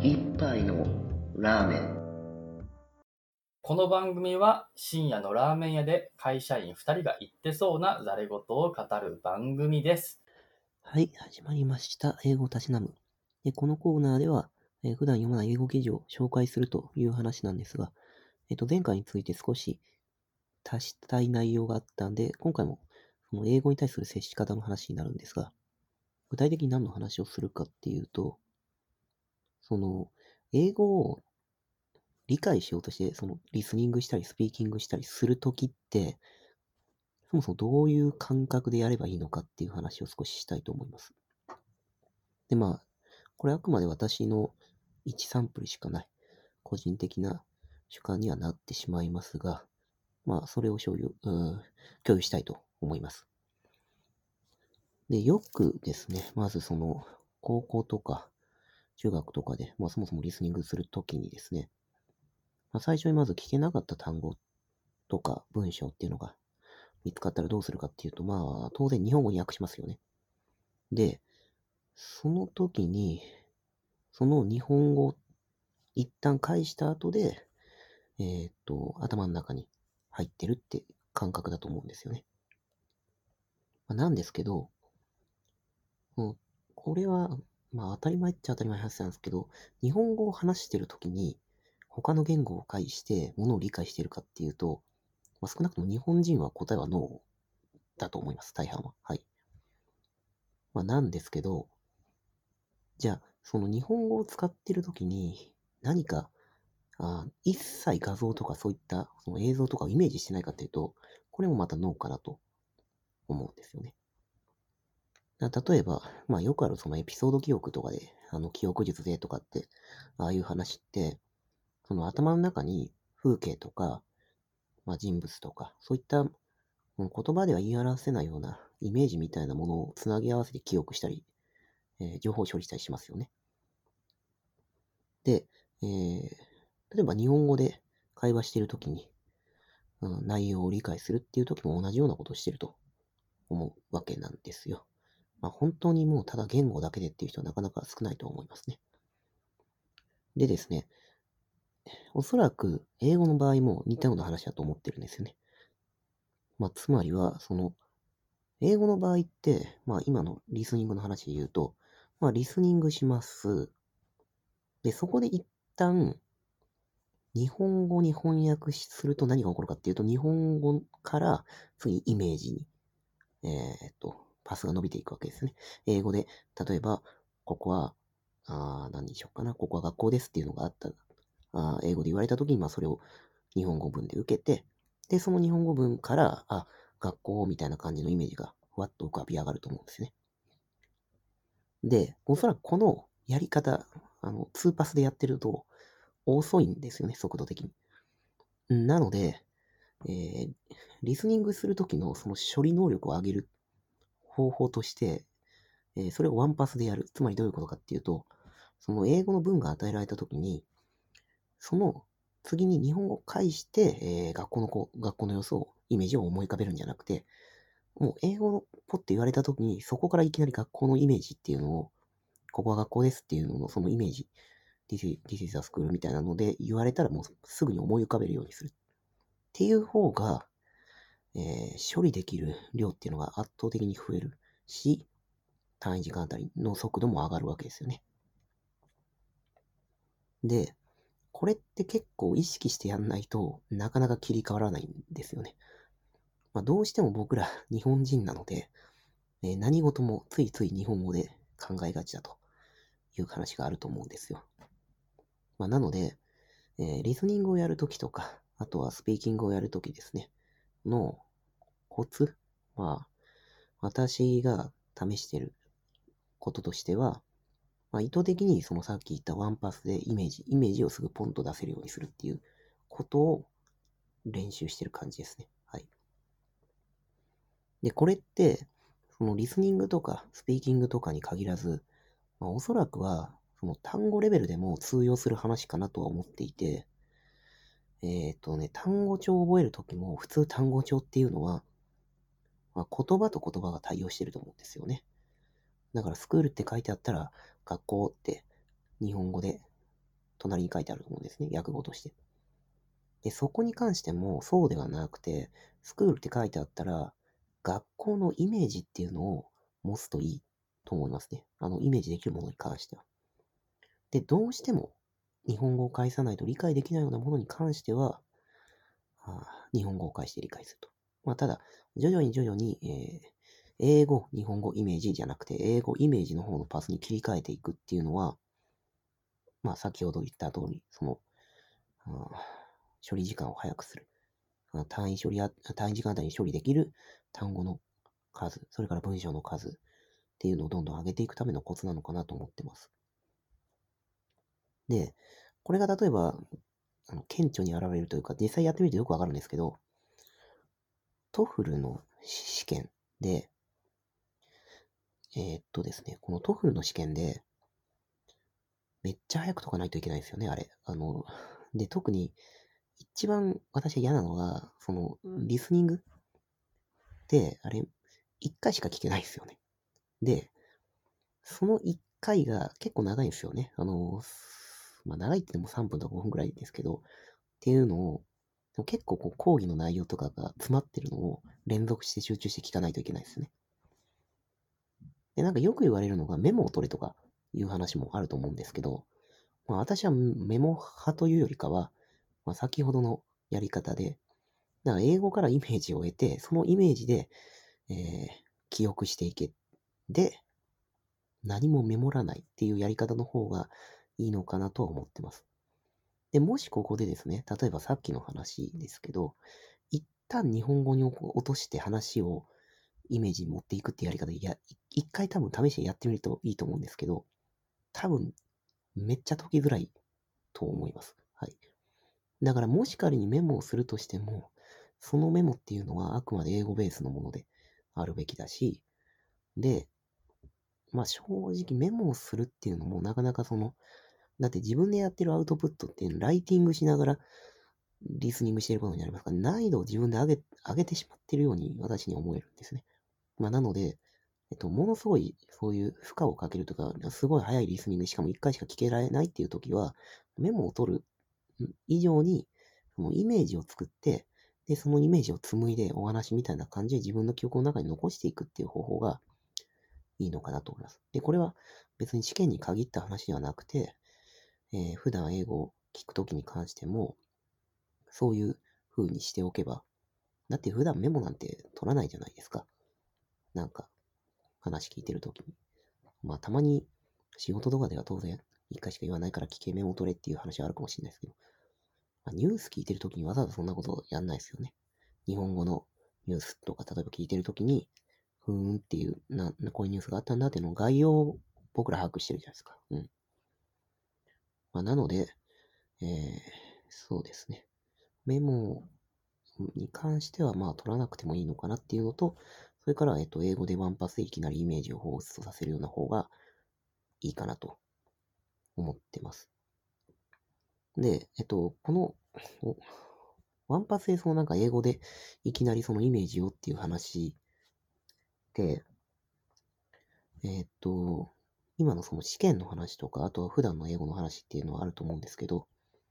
一杯のラーメン。 この番組は深夜のラーメン屋で会社員2人が言ってそうなざれ言を語る番組です。 はい、始まりました。英語をたしなむ。このコーナーでは、普段読まない英語記事を紹介するという話なんですが、前回について少し足したい内容があったんで、今回もその英語に対する接し方の話になるんですが、具体的に何の話をするかっていうと、その英語を理解しようとして、そのリスニングしたりスピーキングしたりするときって、そもそもどういう感覚でやればいいのかっていう話を少ししたいと思います。で、これあくまで私の1サンプルしかない個人的な主観にはなってしまいますが、それを共有したいと思います。で、よくですね、まずその高校とか中学とかで、そもそもリスニングするときにですね、最初にまず聞けなかった単語とか文章っていうのが見つかったらどうするかっていうと、当然日本語に訳しますよね。で、その時に、その日本語を一旦返した後で、頭の中に入ってるって感覚だと思うんですよね。なんですけど、これは、当たり前っちゃ当たり前の話なんですけど、日本語を話してるときに、他の言語を介してものを理解しているかっていうと、少なくとも日本人は答えはノーだと思います、大半は。はい。なんですけど、じゃあ、その日本語を使ってるときに、何か一切画像とかそういったその映像とかをイメージしてないかっていうと、これもまたノーかなと思うんですよね。例えば、よくあるそのエピソード記憶とかで、記憶術でとかって、ああいう話って、その頭の中に風景とか、人物とか、そういった言葉では言い表せないようなイメージみたいなものをつなぎ合わせて記憶したり、情報処理したりしますよね。で、例えば日本語で会話しているときに、内容を理解するっていうときも同じようなことをしていると思うわけなんですよ。本当にもうただ言語だけでっていう人はなかなか少ないと思いますね。でですね、おそらく英語の場合も似たような話だと思ってるんですよね。つまりは、その、英語の場合って、今のリスニングの話で言うと、リスニングします。で、そこで一旦、日本語に翻訳すると何が起こるかっていうと、日本語から次イメージに、パスが伸びていくわけですね。英語で、例えば、ここは、何にしようかな。ここは学校ですっていうのがあった。英語で言われたときに、それを日本語文で受けて、で、その日本語文から、学校みたいな感じのイメージがふわっと浮かび上がると思うんですね。で、おそらくこのやり方、2パスでやってると遅いんですよね、速度的に。なので、リスニングするときのその処理能力を上げる方法として、それをワンパスでやる。つまりどういうことかっていうと、その英語の文が与えられたときに、その次に日本語を介して、学校の様子を、イメージを思い浮かべるんじゃなくて、もう英語のポッて言われたときに、そこからいきなり学校のイメージっていうのを、ここは学校ですっていうののそのイメージ、This is a school みたいなので言われたらもうすぐに思い浮かべるようにする。っていう方が、処理できる量っていうのが圧倒的に増えるし、単位時間あたりの速度も上がるわけですよね。で、これって結構意識してやんないとなかなか切り替わらないんですよね。どうしても僕ら日本人なので、何事もついつい日本語で考えがちだという話があると思うんですよ。なので、リスニングをやるときとか、あとはスピーキングをやるときですね、のコツ、私が試していることとしては、意図的にそのさっき言ったワンパスでイメージをすぐポンと出せるようにするっていうことを練習してる感じですね。はい。で、これって、そのリスニングとかスピーキングとかに限らず、おそらくはその単語レベルでも通用する話かなとは思っていて、単語帳を覚えるときも普通単語帳っていうのは、言葉と言葉が対応してると思うんですよね。だからスクールって書いてあったら学校って日本語で隣に書いてあると思うんですね、訳語として。で、そこに関してもそうではなくて、スクールって書いてあったら、学校のイメージっていうのを持つといいと思いますね。イメージできるものに関しては。で、どうしても日本語を返さないと理解できないようなものに関しては、日本語を返して理解すると。ただ、徐々に、英語、日本語イメージじゃなくて、英語イメージの方のパスに切り替えていくっていうのは、先ほど言った通り、処理時間を早くする。単位時間あたりに処理できる単語の数、それから文章の数っていうのをどんどん上げていくためのコツなのかなと思ってます。で、これが例えば、顕著に現れるというか、実際やってみるとよくわかるんですけど、トフルの試験で、ですね、このトフルの試験で、めっちゃ早く解かないといけないんですよね、あれ。で、特に、一番私が嫌なのが、リスニングで、あれ、1回しか聞けないんですよね。で、その1回が結構長いんですよね。長いって言っても3分とか5分くらいですけど、っていうのを、結構講義の内容とかが詰まってるのを連続して集中して聞かないといけないですよね。で、なんかよく言われるのがメモを取れとかいう話もあると思うんですけど、私はメモ派というよりかは、先ほどのやり方で、だから英語からイメージを得て、そのイメージで、記憶していけ。で、何もメモらないっていうやり方の方がいいのかなとは思ってます。で、もしここでですね、例えばさっきの話ですけど、一旦日本語に落として話をイメージに持っていくってやり方、一回多分試してやってみるといいと思うんですけど、多分めっちゃ解きづらいと思います。はい。だからもし仮にメモをするとしても、そのメモっていうのはあくまで英語ベースのものであるべきだし、で、正直メモをするっていうのもなかなかだって自分でやってるアウトプットっていうのライティングしながらリスニングしていることになりますから、難易度を自分で上げてしまっているように私に思えるんですね。なので、ものすごいそういう負荷をかけるとか、すごい早いリスニングしかも1回しか聞けられないっていう時は、メモを取る以上に、そのイメージを作って、で、そのイメージを紡いでお話みたいな感じで自分の記憶の中に残していくっていう方法がいいのかなと思います。で、これは別に試験に限った話ではなくて、普段英語を聞くときに関しても、そういう風にしておけば、だって普段メモなんて取らないじゃないですか。なんか、話聞いてるときに。たまに仕事とかでは当然、一回しか言わないから聞けメモ取れっていう話はあるかもしれないですけど、ニュース聞いてるときにわざわざそんなことやんないですよね。日本語のニュースとか、例えば聞いてるときに、ふーんっていう、こういうニュースがあったんだっていうのを概要を僕ら把握してるじゃないですか。うん。なので、そうですね。メモに関しては、取らなくてもいいのかなっていうのと、それから、英語でワンパスでいきなりイメージを放出させるような方がいいかなと思ってます。で、この、ワンパスでなんか英語でいきなりそのイメージをっていう話で、今のその試験の話とか、あとは普段の英語の話っていうのはあると思うんですけど、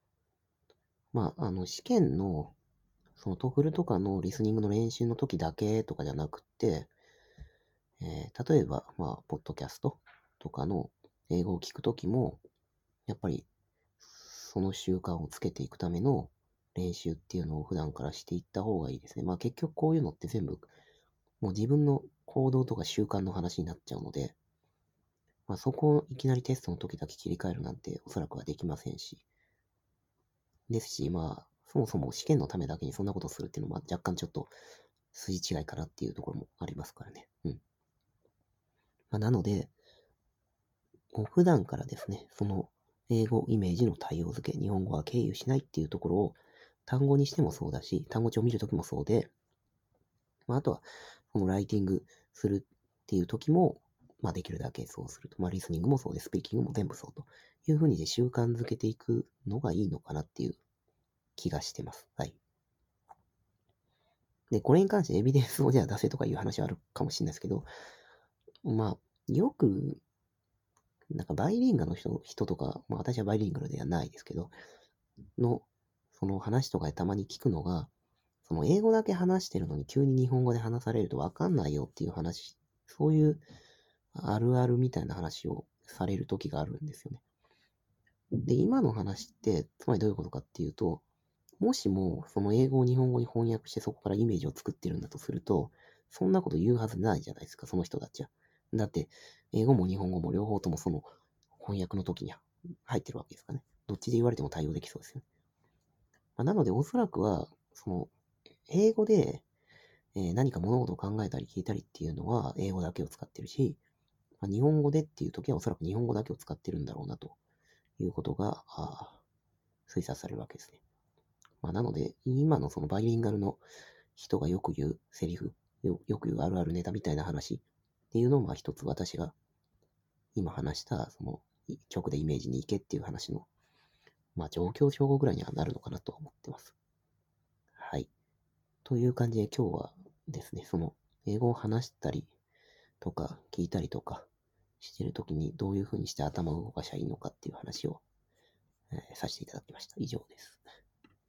試験の、そのトフルとかのリスニングの練習の時だけとかじゃなくて、例えば、ポッドキャストとかの英語を聞くときも、やっぱり、その習慣をつけていくための練習っていうのを普段からしていった方がいいですね。結局こういうのって全部、もう自分の行動とか習慣の話になっちゃうので、そこをいきなりテストの時だけ切り替えるなんておそらくはできませんし、ですし、そもそも試験のためだけにそんなことするっていうのは若干ちょっと筋違いかなっていうところもありますからね。うん。なので、普段からですね、その英語イメージの対応付け、日本語は経由しないっていうところを単語にしてもそうだし、単語帳を見るときもそうで、あとは、このライティングするっていう時も、できるだけそうすると。リスニングもそうで、スピーキングも全部そうというふうにで習慣づけていくのがいいのかなっていう気がしてます。はい。で、これに関してエビデンスをじゃあ出せとかいう話はあるかもしれないですけど、よくなんかバイリンガルの人とか、まあ私はバイリンガルではないですけど、その話とかでたまに聞くのが、その英語だけ話してるのに急に日本語で話されるとわかんないよっていう話、そういうあるあるみたいな話をされる時があるんですよね。で、今の話って、つまりどういうことかっていうと、もしもその英語を日本語に翻訳してそこからイメージを作ってるんだとすると、そんなこと言うはずないじゃないですか、その人たちは。だって、英語も日本語も両方ともその翻訳の時に入ってるわけですからね。どっちで言われても対応できそうですよね。なので、おそらくは、英語で、何か物事を考えたり聞いたりっていうのは英語だけを使ってるし、日本語でっていう時はおそらく日本語だけを使ってるんだろうなということが推察されるわけですね。なので、今のそのバイリンガルの人がよく言うセリフ、よく言うあるあるネタみたいな話っていうのを一つ私が今話したその直でイメージに行けっていう話の状況証拠ぐらいにはなるのかなと思ってます。はい。という感じで今日はですね、その英語を話したりとか聞いたりとかしてるときにどういうふうにして頭を動かしゃいいのかっていう話を、させていただきました。以上です。